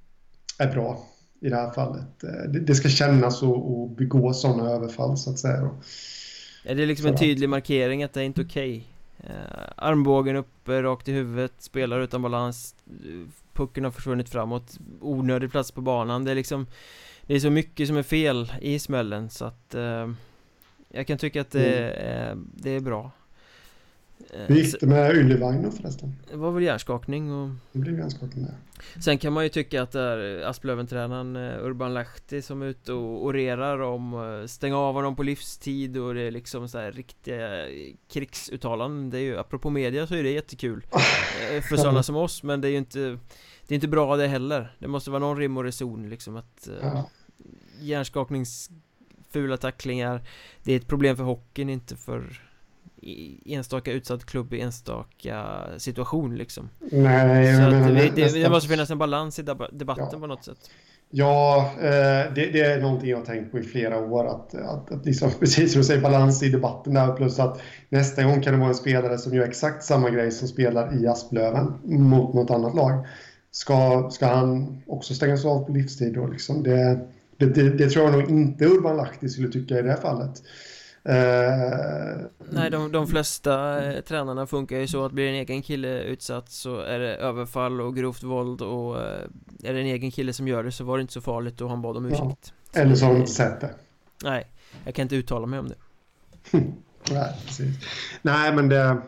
S2: är bra i det här fallet. Det, det ska kännas och, och begå sådana överfall, så att säga.
S1: Är det liksom en tydlig markering att det är inte okej? Okay? Eh, armbågen uppe, rakt i huvudet, spelar utan balans, pucken har försvunnit framåt, onödig plats på banan. Det är liksom, det är så mycket som är fel i smällen, så att eh, jag kan tycka att det, mm. eh, det är bra.
S2: Hur gick det med Ylivainio förresten?
S1: Det var väl hjärnskakning och...
S2: Det blev hjärnskakning där.
S1: Sen kan man ju tycka att det är Asplöven-tränaren Urban Lahti som är ute och orerar om stänga av honom på livstid, och det är liksom så här riktiga krigsuttalanden. Det är ju, apropå media, så är det jättekul för sådana som oss, men det är ju inte, det är inte bra det heller. Det måste vara någon rim och reson liksom, att ja. Hjärnskaknings fula tacklingar, det är ett problem för hockeyn, inte för i enstaka utsatt klubb i enstaka situation liksom.
S2: Nej,
S1: så
S2: jag
S1: att
S2: menar,
S1: det, det,
S2: nästan...
S1: det måste finnas en balans i debatten ja. På något sätt.
S2: Ja, det, det är någonting jag har tänkt på i flera år, att, att, att liksom, precis som du säger, balans i debatten där, plus att nästa gång kan det vara en spelare som gör exakt samma grej som spelar i Asplöven mot något annat lag. Ska, ska han också stängas av på livstid då liksom? Det, det, det, det tror jag nog inte Urban Lahti skulle tycka i det här fallet. Uh,
S1: Nej, de, de flesta eh, tränarna funkar ju så att blir en egen kille utsatt så är det överfall och grovt våld, och eh, är det en egen kille som gör det så var det inte så farligt och han bad om ursäkt.
S2: Ja. Eller så har de inte sett det.
S1: Nej, jag kan inte uttala mig om det.
S2: Nej, precis. Nej, men det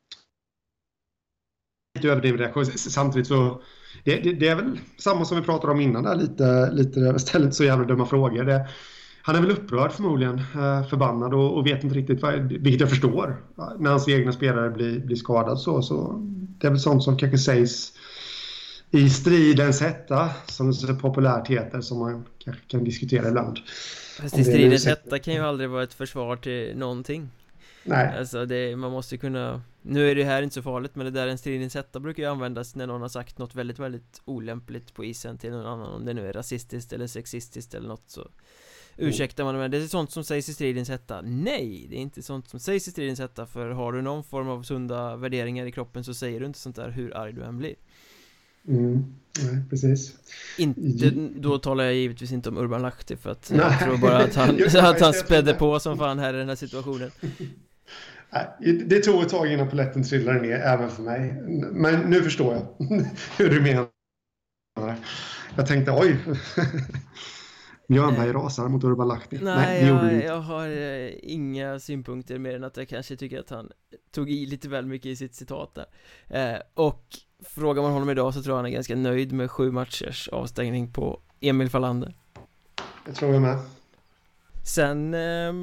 S2: lite överdriven reaktion. Samtidigt så det, det, det är väl samma som vi pratade om innan där, lite, lite ställer inte så jävla dumma frågor. Det, han är väl upprörd förmodligen, förbannad och, och vet inte riktigt vad, vilket jag förstår, när hans egna spelare blir, blir skadad så, så det är väl sånt som kanske sägs i stridens hetta, som det så populärt heter, som man kanske kan diskutera ibland.
S1: Fast i stridens hetta kan ju aldrig vara ett försvar till någonting.
S2: Nej.
S1: Alltså det, man måste kunna, nu är det här inte så farligt, men det där en stridens hetta brukar ju användas när någon har sagt något väldigt, väldigt olämpligt på isen till någon annan, om det nu är rasistiskt eller sexistiskt eller något, så ursäkta man, men det är sånt som sägs i stridens hetta. Nej, det är inte sånt som sägs i stridens hetta, för har du någon form av sunda värderingar i kroppen så säger du inte sånt där hur arg du än blir.
S2: Mm, nej, precis.
S1: Inte, då talar jag givetvis inte om Urban Lahti, för att nej. Jag tror bara att han, att han spädde på som fan här i den här situationen.
S2: Nej, det tog ett tag innan poletten trillade ner, även för mig. Men nu förstår jag hur du menar. Jag tänkte, oj... Björnberg rasar mot Urban Lahti.
S1: Nej, Nej det jag, jag har eh, inga synpunkter mer än att jag kanske tycker att han tog i lite väl mycket i sitt citat där. Eh, och frågar man honom idag så tror jag han är ganska nöjd med sju matchers avstängning på Emil Fallander.
S2: Jag tror jag med.
S1: Sen eh,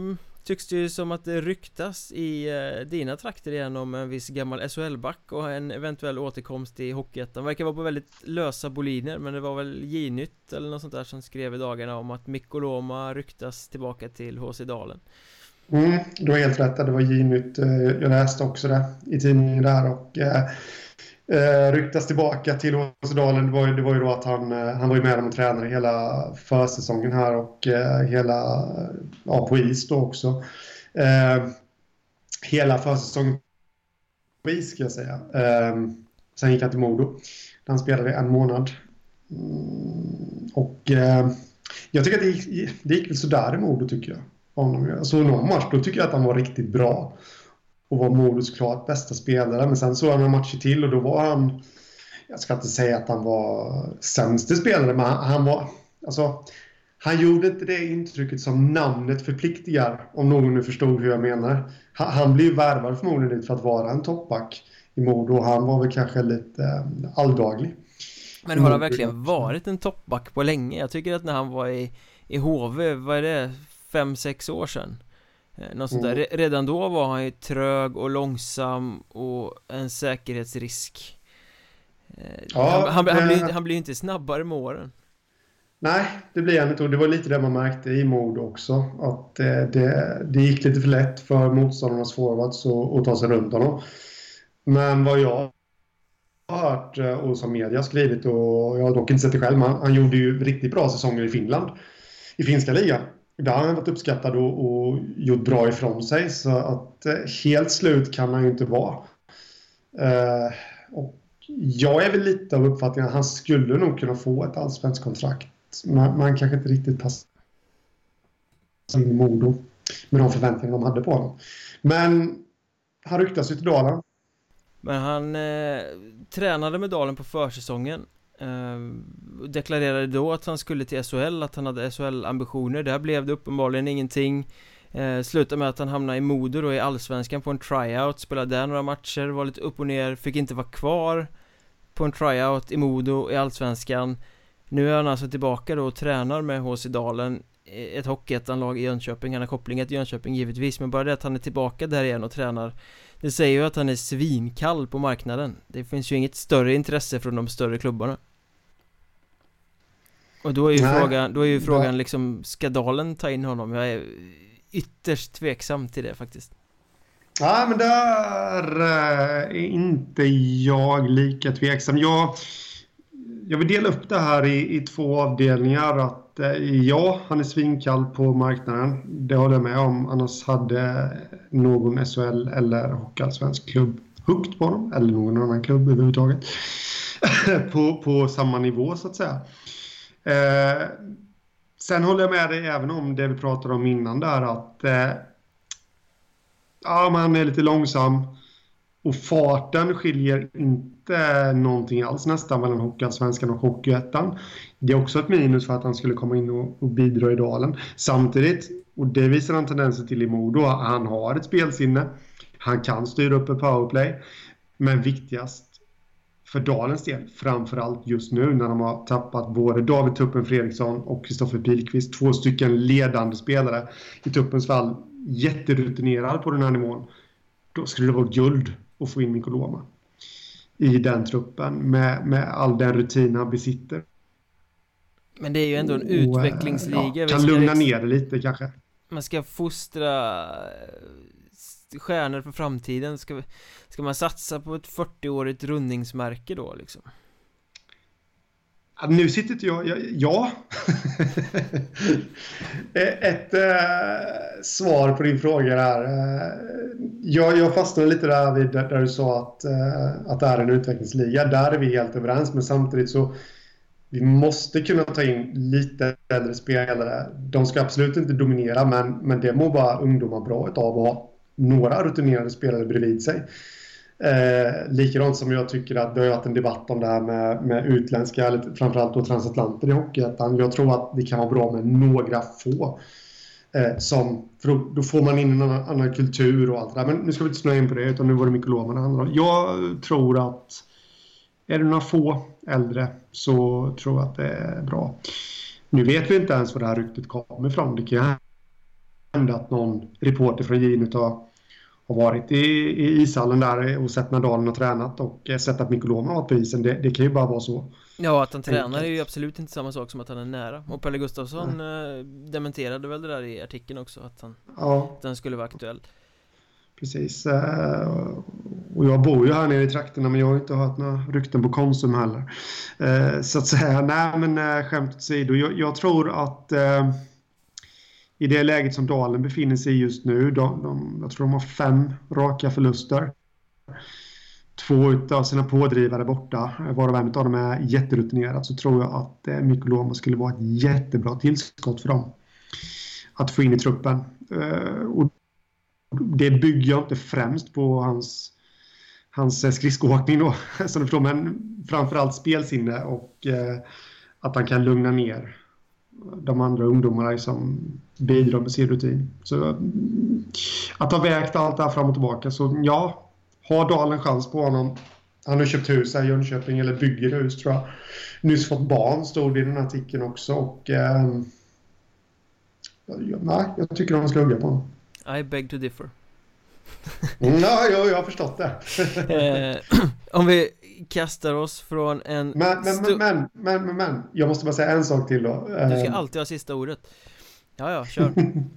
S1: tycks det ju som att det ryktas i eh, dina trakter igen om en viss gammal S H L-back och en eventuell återkomst i Hockeyettan. Verkar vara på väldigt lösa boliner, men det var väl J-nytt eller något sånt där som skrev i dagarna om att Mikko Loma ryktas tillbaka till H C Dalen.
S2: Mm, du har helt rätt, det var J-nytt. Jag läste också det i tidningen där och eh, eh, ryktas tillbaka till H C Dalen. Det var ju, det var ju då att han, han var ju med om att träna hela försäsongen här och eh, hela, ja, på is då också. Eh, hela försäsongen på is ska jag säga. Eh, sen gick han till Modo. Han spelade en månad. Mm, och eh, jag tycker att det gick, det gick väl sådär i Modo tycker jag. Alltså någon match, då tycker jag att han var riktigt bra och var Modos klart bästa spelare, men sen så han några matcher till och då var han, jag ska inte säga att han var sämste spelare, men han, han var, alltså han gjorde inte det intrycket som namnet förpliktigar, om någon nu förstod hur jag menar. Han, han blev värvad förmodligen lite för att vara en toppback i Modo och han var väl kanske lite eh, alldaglig.
S1: Men har han verkligen varit en toppback på länge? Jag tycker att när han var i, i H V, vad är det? Fem, sex år sedan något sånt där. Redan då var han ju trög och långsam och en säkerhetsrisk. Ja, han, han, han, blir, han blir inte snabbare med åren.
S2: Nej, det blir han inte. Och det var lite det man märkte i Modo också. Att det, det, det gick lite för lätt för motståndarnas forwards att ta sig runt honom. Men vad jag har hört och som media har skrivit, och jag har dock inte sett det själv, men han gjorde ju riktigt bra säsonger i Finland. I finska ligan. Där har han varit uppskattad och, och gjort bra ifrån sig. Så att eh, helt slut kan han ju inte vara. Eh, och jag är väl lite av uppfattningen att han skulle nog kunna få ett allsvenskt kontrakt. Man, man kanske inte riktigt passar in i Modo med de förväntningar de hade på honom. Men han ryktas ju till Dalen.
S1: Men han eh, tränade med Dalen på försäsongen. Uh, deklarerade då att han skulle till S H L, att han hade S H L-ambitioner. Där blev det uppenbarligen ingenting. uh, Slutade med att han hamnade i Modo då i Allsvenskan på en tryout. Spelade där några matcher, var lite upp och ner. Fick inte vara kvar på en tryout i Modo i Allsvenskan. Nu är han alltså tillbaka då och tränar med H C Dalen, ett hockeyettanlag i Jönköping. Han har kopplingar till Jönköping givetvis, men bara det att han är tillbaka där igen och tränar, det säger ju att han är svinkall på marknaden. Det finns ju inget större intresse från de större klubbarna. Och då är ju Nej. frågan, då är ju frågan liksom, ska Dalen ta in honom? Jag är ytterst tveksam till det faktiskt.
S2: Ja, men där är inte jag lika tveksam. Jag, jag vill dela upp det här i, i två avdelningar. Att ja, han är svinkall på marknaden. Det håller jag med om. Annars hade någon S H L eller hockeyallsvensk klubb hukt på honom. Eller någon annan klubb överhuvudtaget. på, på samma nivå så att säga. Eh, sen håller jag med dig även om det vi pratade om innan där. Att eh, ja, man är lite långsam. Och farten skiljer inte någonting alls nästan mellan hockeyallsvenskan och hockeyettan. Det är också ett minus för att han skulle komma in och, och bidra i Dalen. Samtidigt, och det visar han tendenser till i Modo, han har ett spelsinne. Han kan styra upp ett powerplay. Men viktigast för Dalens del, framförallt just nu när de har tappat både David Tuppen Fredriksson och Kristoffer Pilqvist, två stycken ledande spelare. I Tuppens fall jätterutinerad på den här nivån. Då skulle det vara guld att få in Mikko Loma i den truppen med, med all den rutin han besitter.
S1: Men det är ju ändå en och, utvecklingsliga.
S2: Ja, kan lugna liksom ner det lite kanske.
S1: Man ska fostra stjärnor för framtiden. Ska, ska man satsa på ett fyrtio-årigt rundningsmärke då liksom?
S2: Ja, nu sitter inte jag... Ja. ja. Ett äh, svar på din fråga där. Jag, jag fastnade lite där vid där du sa att, äh, att det är en utvecklingsliga. Där är vi helt överens. Men samtidigt så vi måste kunna ta in lite äldre spelare. De ska absolut inte dominera, men, men det må bara ungdomar bra av att ha några rutinerade spelare bredvid sig. Eh, likadant som jag tycker att det har varit en debatt om det här med, med utländska, eller framförallt då transatlanter i hockeyettan. Jag tror att det kan vara bra med några få. Eh, som, för då, då får man in en annan, annan kultur och allt det där. Men nu ska vi inte snöa in på det, utan nu var det Mikko Loma det handlar om. Jag tror att är det några få äldre så tror jag att det är bra. Nu vet vi inte ens var det här ryktet kommer ifrån. Det kan hända att någon reporter från J-Nyt har, har varit i, i ishallen där och sett när Dalen har tränat och sett att Mikko Lohman har varit på isen. Det, det kan ju bara vara så.
S1: Ja, att han tränar är ju absolut inte samma sak som att han är nära. Och Pelle Gustafsson eh, dementerade väl det där i artikeln också, att, han,
S2: ja.
S1: att den skulle vara aktuell.
S2: Precis. Och jag bor ju här nere i trakterna, men jag har inte hört några rykten på Konsum heller. Så att säga, nej men skämt åsido. Jag, jag tror att i det läget som Dalen befinner sig i just nu, de, de, jag tror de har fem raka förluster. Två av sina pådrivare borta, varav en av dem är jätterutinerad, så tror jag att Mikko Lohman skulle vara ett jättebra tillskott för dem att få in i truppen. Och det bygger jag inte främst på hans, hans skridskoåkning då, som du förstår, men framförallt spelsinne och eh, att han kan lugna ner de andra ungdomarna som bidrar med sin rutin. Så att ha vägt allt det här fram och tillbaka, så ja, har Dalen chans på honom. Han har köpt hus här i Jönköping, eller bygger hus tror jag. Nyss fått barn, stod det i den här artikeln också, och eh, nej, jag tycker de ska hugga på honom.
S1: I beg to differ.
S2: Nej, jag, jag har förstått det.
S1: eh, om vi kastar oss från en...
S2: Men, men, sto- men, men, men, men, jag måste bara säga en sak till då.
S1: Du ska alltid ha sista ordet. Ja, ja, kör.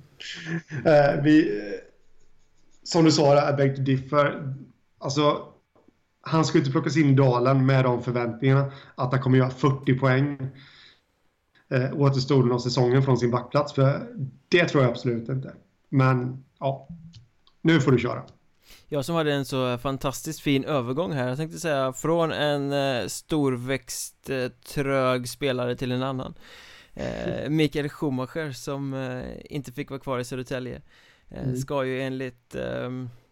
S2: eh, vi, som du sa, I beg to differ. Alltså, han skulle inte plockas in i Dalen med de förväntningarna att han kommer göra fyrtio poäng eh, återstoden av säsongen från sin backplats. För det tror jag absolut inte. Men ja, nu får du köra.
S1: Jag som hade en så fantastiskt fin övergång här. Jag tänkte säga från en eh, storväxt eh, trög spelare till en annan. eh, Mikael Schumacher som eh, inte fick vara kvar i Södertälje eh, mm. ska ju enligt eh,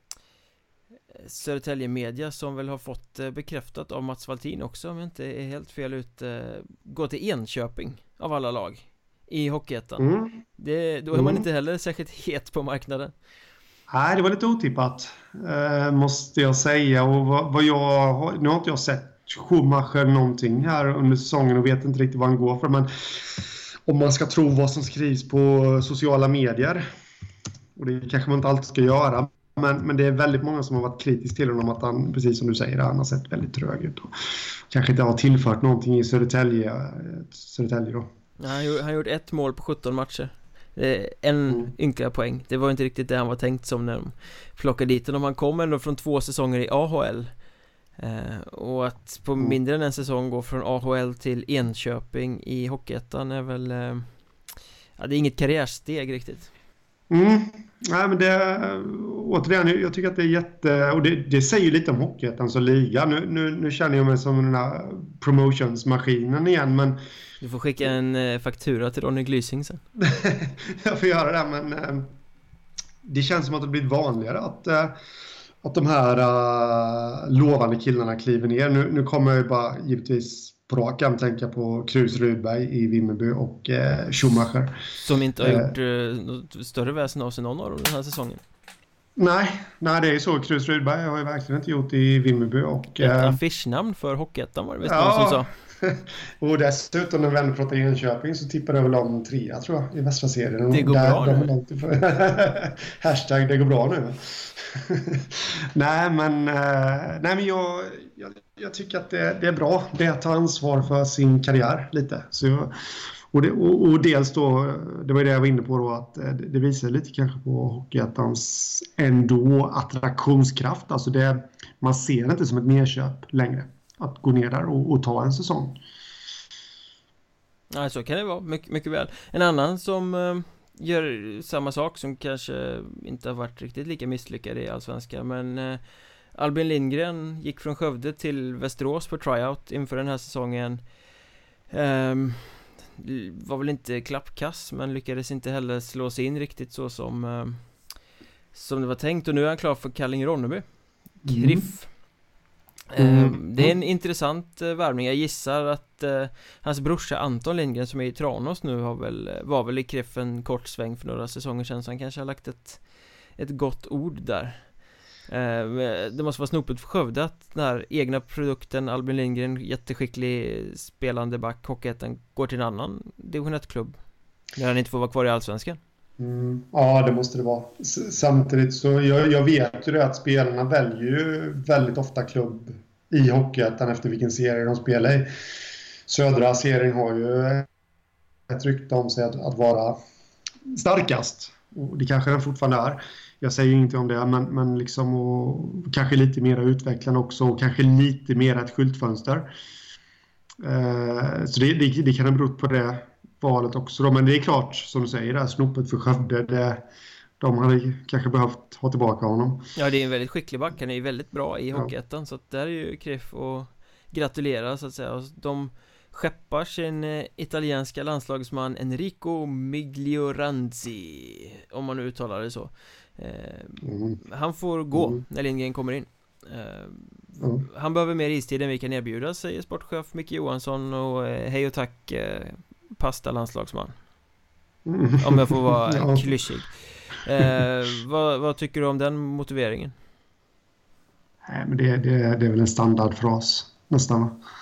S1: Södertälje Media, som väl har fått eh, bekräftat av Mats Valtin också, om jag inte är helt fel ut, eh, gå till Enköping av alla lag i Hockeyettan. Mm. Det, då är man mm. inte heller särskilt het på marknaden.
S2: Nej, det var lite otippat, eh, måste jag säga. Och vad, vad jag, nu har inte jag sett Schumacher någonting här under säsongen och vet inte riktigt vad han går för. Men om man ska tro vad som skrivs på sociala medier, och det kanske man inte alltid ska göra, men, men det är väldigt många som har varit kritiska till honom, att han, precis som du säger, han har sett väldigt trög ut och kanske inte har tillfört någonting i Södertälje, Södertälje då.
S1: Han har gjort ett mål på sjutton matcher. En mm. ynkliga poäng. Det var inte riktigt det han var tänkt som när de plockade dit honom. Han kom ändå från två säsonger i A H L. Eh, och att på mm. mindre än en säsong gå från A H L till Enköping i Hockeyettan är väl eh, ja, det är inget karriärsteg riktigt.
S2: Mm. Nej, men det, återigen, jag tycker att det är jätte, och det, det säger lite om Hockeyettan som liga. Nu, nu, nu känner jag mig som den här promotionsmaskinen igen, men
S1: du får skicka en eh, faktura till Ronny Glysing sen.
S2: Jag får göra det, men eh, det känns som att det blir vanligare att, eh, att de här uh, lovande killarna kliver ner. Nu, nu kommer jag ju bara givetvis på rakan tänka på Krus Rydberg i Vimmerby och eh, Schumacher.
S1: Som inte har gjort eh, något större väsen av sig någon av den här säsongen.
S2: Nej, nej, det är ju så. Krus Rydberg har ju verkligen inte gjort i Vimmerby. Och,
S1: ett
S2: eh,
S1: affischnamn för Hockeyettan var det visst
S2: ja,
S1: någon som sa.
S2: Och dessutom när vänner pratar i Enköping så tippar det väl om trea, tror jag, i västra serien.
S1: Det går
S2: där,
S1: bra
S2: de
S1: nu.
S2: Hashtag det går bra nu. nej, men, nej, men jag, jag, jag tycker att det, det är bra. Det är att ta ansvar för sin karriär lite. Så jag, och, det, och, och dels då, det var det jag var inne på då, att det, det visar lite kanske på Hockeyettans ändå attraktionskraft. Alltså det, man ser det inte som ett nedköp längre att gå ner där och, och ta en säsong.
S1: Ja, så kan det vara, mycket, mycket väl. En annan som eh, gör samma sak, som kanske inte har varit riktigt lika misslyckad i Allsvenskan, men eh, Albin Lindgren gick från Skövde till Västerås på tryout inför den här säsongen. eh, Var väl inte klappkass, men lyckades inte heller slå sig in riktigt så som eh, som det var tänkt, och nu är han klar för Kallinge-Ronneby. Griff. Mm. Det är en intressant uh, värvning. Jag gissar att uh, hans brorsa Anton Lindgren, som är i Tranås nu, har väl, var väl i Kriff en kort sväng för några säsonger sedan, så han kanske har lagt ett, ett gott ord där. uh, Det måste vara snopet för Skövde att den här egna produkten Albin Lindgren, jätteskicklig spelande back, Hockeyettan, går till en annan division ett-klubb när han inte får vara kvar i Allsvenskan.
S2: Mm, ja, det måste det vara. S- Samtidigt så jag, jag vet ju det att spelarna väljer ju väldigt ofta klubb i Hockeyettan efter vilken serie de spelar i. Södra serien har ju ett rykte om sig att, att vara starkast. Och det kanske den fortfarande är. Jag säger ju inte om det, men, men liksom och kanske lite mer utvecklande också och kanske lite mer ett skyltfönster. Eh, så det, det, det kan ha berott på det valet också då. Men det är klart, som du säger, det här snopet för Skövde, det, de hade kanske behövt ha tillbaka honom.
S1: Ja, det är en väldigt skicklig back. Han är ju väldigt bra i Hockeyettan, så att där är ju Kriff och gratulera så att säga. Och de skeppar sin eh, italienska landslagsman Enrico Miglioranzi, om man nu uttalar det så. Eh,
S2: Mm.
S1: han får gå
S2: Mm.
S1: när Lindgren kommer in. Eh,
S2: Mm.
S1: han behöver mer istid än vi kan erbjuda, säger sportchef Micke Johansson. Och eh, hej och tack, eh, pasta landslagsman.
S2: Mm.
S1: Om jag får vara
S2: Ja.
S1: klyschig. eh, vad, vad tycker du om den motiveringen?
S2: Nej, men det, det, det är väl en standardfras nästan.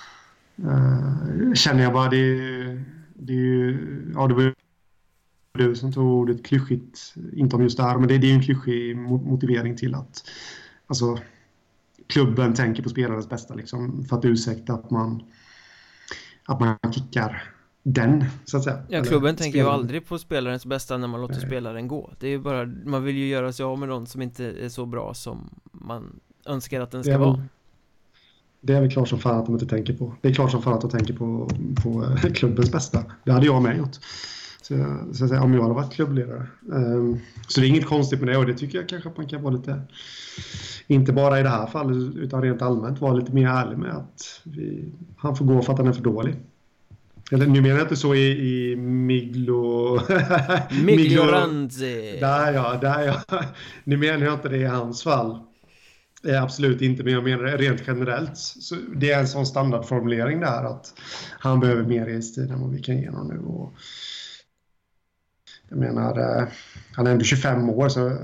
S2: Uh, känner jag bara det, det är ju, ja, det var ju du som tog ordet klyschigt, inte om just det här, men det, det är ju en klyschig mo- motivering till att alltså, klubben tänker på spelarens bästa liksom, för att ursäkta att man att man kickar den, så att säga.
S1: Ja, klubben
S2: Eller
S1: tänker ju
S2: spelaren.
S1: aldrig på spelarens bästa när man låter
S2: Nej.
S1: spelaren gå. Det är ju bara, man vill ju göra sig av med någon som inte är så bra som man önskar att den
S2: Det
S1: ska
S2: är väl-
S1: vara.
S2: Det är väl klart som fan att de inte tänker på. Det är klart som fan att de tänker på, på eh, klubbens bästa. Det hade jag med gjort. Så, jag- så att säga, om jag hade varit klubbledare. Ehm, så det är inget konstigt med det, och det tycker jag kanske att man kan vara lite, inte bara i det här fallet utan rent allmänt, vara lite mer ärlig med att vi, han får gå för att han är för dålig. Eller nu menar jag inte så i, i Miglo...
S1: Miglioranzi.
S2: Där ja, där ja. Nu menar jag inte det i hans fall. Eh, absolut inte, men jag menar det rent generellt. Så det är en sån standardformulering där att han behöver mer istid än vad vi kan ge honom nu. Och jag menar, eh, han är ändå tjugofem år, så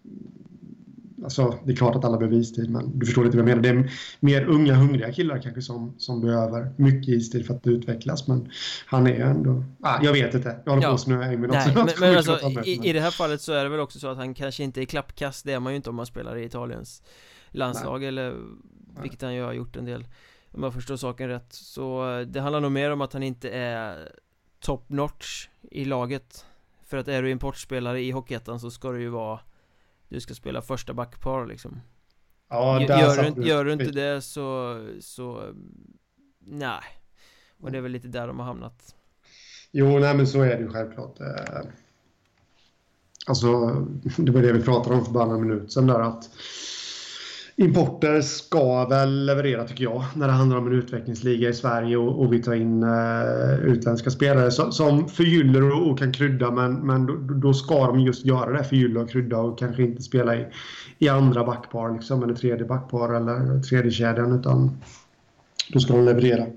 S2: alltså, det är klart att alla behöver istid, men du förstår lite vad jag menar. Det är mer unga, hungriga killar kanske som, som behöver mycket istid för att utvecklas, men han är ju ändå... Ah, jag vet inte, jag håller
S1: Ja.
S2: på att snöa in med något
S1: Nej,
S2: som jag
S1: men,
S2: inte
S1: men
S2: kommer
S1: alltså,
S2: att ta med,
S1: i,
S2: men-
S1: i det här fallet så är det väl också så att han kanske inte är klappkast. Det är man ju inte om man spelar i Italiens landslag.
S2: Nej.
S1: Eller vilket han ju har gjort en del, om jag förstår saken rätt. Så det handlar nog mer om att han inte är top notch i laget. För att är du importspelare i Hockeyettan så ska du ju vara, du ska spela första backpar liksom.
S2: Ja,
S1: Gör,
S2: där
S1: gör,
S2: satt
S1: du,
S2: du.
S1: gör du inte det så, så nej. Och det är väl lite där de har hamnat.
S2: Jo, nej, men så är det ju självklart. Eh, Alltså, det var det vi pratade om för bara några minuter sedan där, att importer ska väl leverera, tycker jag, när det handlar om en utvecklingsliga i Sverige och, och vi tar in uh, utländska spelare som, som förgyller och, och kan krydda, men, men då, då ska de just göra det, förgylla och krydda, och kanske inte spela i, i andra backpar liksom, eller tredje backpar eller tredje kedjan, utan då ska de leverera.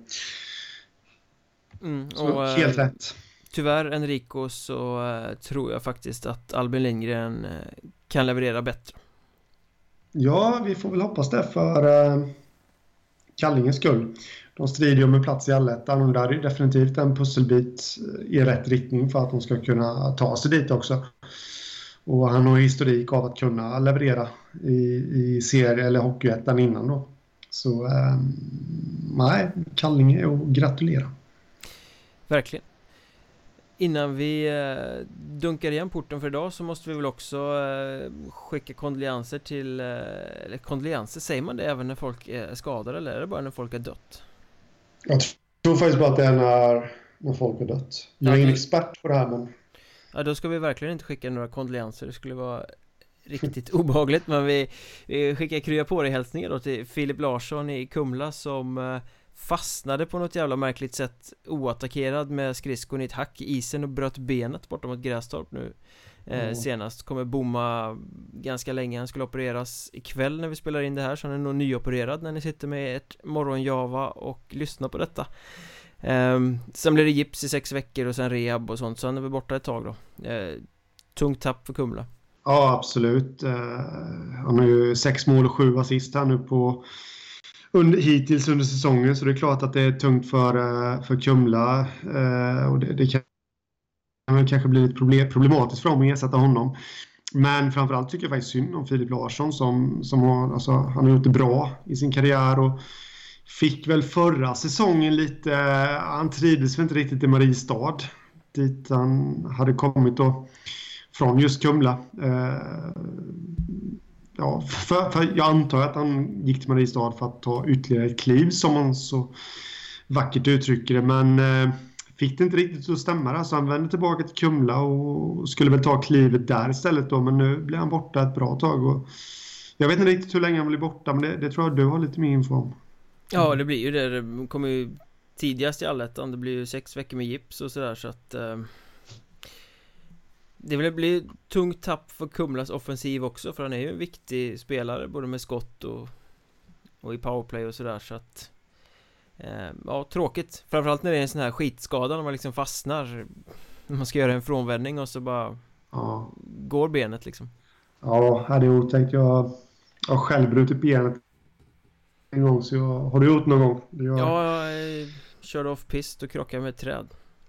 S1: Mm,
S2: Så,
S1: och,
S2: helt
S1: eh,
S2: rätt.
S1: Tyvärr Enrico, så eh, tror jag faktiskt att Albin Lindgren eh, kan leverera bättre.
S2: Ja, vi får väl hoppas det för uh, Kallingens skull. De strider ju om en plats i allettan, och där är definitivt en pusselbit i rätt riktning för att de ska kunna ta sig dit också. Och han har historik av att kunna leverera i, i serie eller Hockeyettan innan då. Så uh, nej, Kallinge är att gratulera.
S1: Verkligen. Innan vi eh, dunkar igen porten för idag så måste vi väl också eh, skicka kondolenser till, eh, eller kondolenser, säger man det även när folk är skadade, eller är det bara när folk är dött?
S2: Jag tror faktiskt bara att det är när, när folk har dött. Jag är
S1: Ja,
S2: ingen
S1: det-
S2: expert på det här, men
S1: Ja, då ska vi verkligen inte skicka några kondolenser. Det skulle vara riktigt obehagligt. Men vi, vi skickar krya på dig hälsningar då till Filip Larsson i Kumla, som eh, fastnade på något jävla märkligt sätt oattackerad med skridskon i ett hack i isen och bröt benet borta mot Grästorp nu eh,
S2: Mm.
S1: senast. Kommer bomma ganska länge. Han skulle opereras ikväll när vi spelar in det här, så han är nog nyopererad när ni sitter med ett morgonjava och lyssnar på detta. Um, sen blev det gips i sex veckor och sen rehab och sånt, så han är väl borta ett tag då. Eh, tungt tapp för Kumla.
S2: ja, absolut. Eh, han har ju sex mål och sju assist här nu på under, hittills under säsongen, så det är klart att det är tungt för, eh, för Kumla. Eh, och det, det kan väl kanske bli lite problem, problematiskt för dem att ersätta honom. Men framförallt tycker jag faktiskt synd om Filip Larsson som, som har, alltså, han har gjort det bra i sin karriär och fick väl förra säsongen lite, han trivdes väl inte riktigt i Mariestad dit han hade kommit då från just Kumla. Eh, ja, för, för jag antar att han gick till Mariestad för att ta ytterligare ett kliv som man så vackert uttrycker det, men eh, fick det inte riktigt att stämma där, så han vände tillbaka till Kumla och skulle väl ta klivet där istället då, men nu blir han borta ett bra tag och jag vet inte riktigt hur länge han blir borta, men det, det tror jag du har lite mer info om.
S1: Ja, det blir ju det, det kommer ju tidigast i Allettan, det blir ju sex veckor med gips och sådär, så att eh, det vill bli tungt tapp för Kumlas offensiv också, för han är ju en viktig spelare både med skott och, och i powerplay och sådär, så att eh, ja, tråkigt, framförallt när det är en sån här skitskada när man liksom fastnar, man ska göra en frånvändning och så bara
S2: ja.
S1: går benet liksom.
S2: Ja, det är otäckt. Jag har själv brutit benet en gång, så jag, har du gjort någon gång? Jag...
S1: Ja, jag körde off-pist och krockade med ett träd.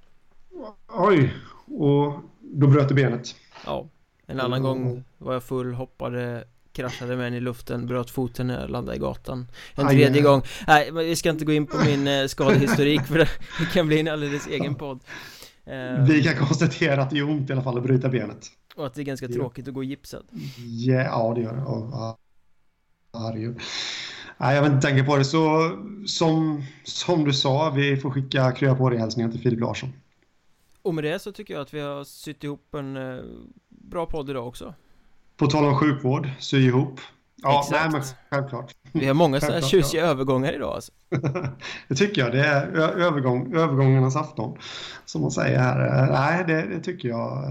S2: Oj, och då bröt du benet.
S1: Ja, en annan mm. gång var jag full, hoppade, kraschade med en i luften, bröt foten när jag landade i gatan. En
S2: Aj,
S1: tredje
S2: aj.
S1: gång. Nej, vi ska inte gå in på min eh, skadehistorik, för det, det kan bli en alldeles egen podd. Eh,
S2: Vi kan konstatera att det gör ont i alla fall att bryta benet.
S1: Och att det är ganska
S2: det
S1: tråkigt att gå gipsad.
S2: Yeah, ja, det gör det. Ja, ja, det gör. Nej, jag vill inte tänka på det. Så som, som du sa, vi får skicka krya på dig hälsningar till Filip Larsson.
S1: Och med det så tycker jag att vi har sytt ihop en eh, bra podd idag också.
S2: På tal om sjukvård, sy ihop. Ja,
S1: Exakt.
S2: nej, men självklart.
S1: Vi har många sådana här tjusiga
S2: ja.
S1: övergångar idag alltså.
S2: Det tycker jag, det är ö- övergång, övergångarnas afton, som man säger här. Nej, det, det tycker jag.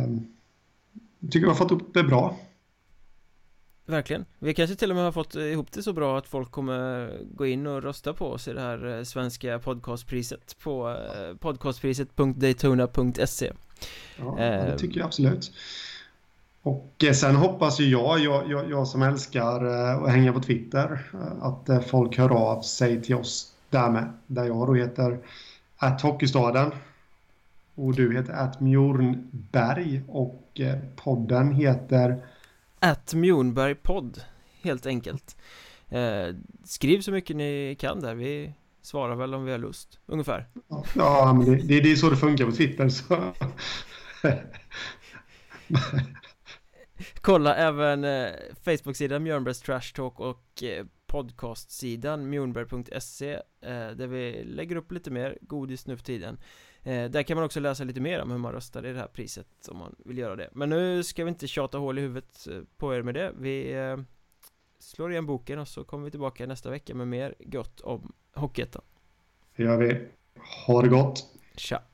S2: Jag tycker jag har fått upp det bra.
S1: Verkligen. Vi kanske till och med har fått ihop det så bra att folk kommer gå in och rösta på oss i det här svenska podcastpriset på podcastpriset punkt daytona punkt se.
S2: Ja, det tycker jag absolut. Och sen hoppas ju jag, jag, jag, jag som älskar att hänga på Twitter, att folk hör av sig till oss där med. Där jag då heter at Hockeystaden och du heter at Mjornberg och podden heter
S1: at Mjornberg podd, helt enkelt. Eh, skriv så mycket ni kan där, vi svarar väl om vi har lust, ungefär.
S2: Ja, men det, det, det är så det funkar på Twitter, så...
S1: Kolla även eh, Facebook-sidan Mjörnbergs Trash Talk och eh, podcast-sidan mjornberg punkt se eh, där vi lägger upp lite mer godis nu för tiden. Eh, där kan man också läsa lite mer om hur man röstar i det här priset om man vill göra det. Men nu ska vi inte tjata hål i huvudet på er med det. Vi eh, slår igen boken och så kommer vi tillbaka nästa vecka med mer gott om Hockeyettan.
S2: Det gör vi. Ha det gott.
S1: Tja.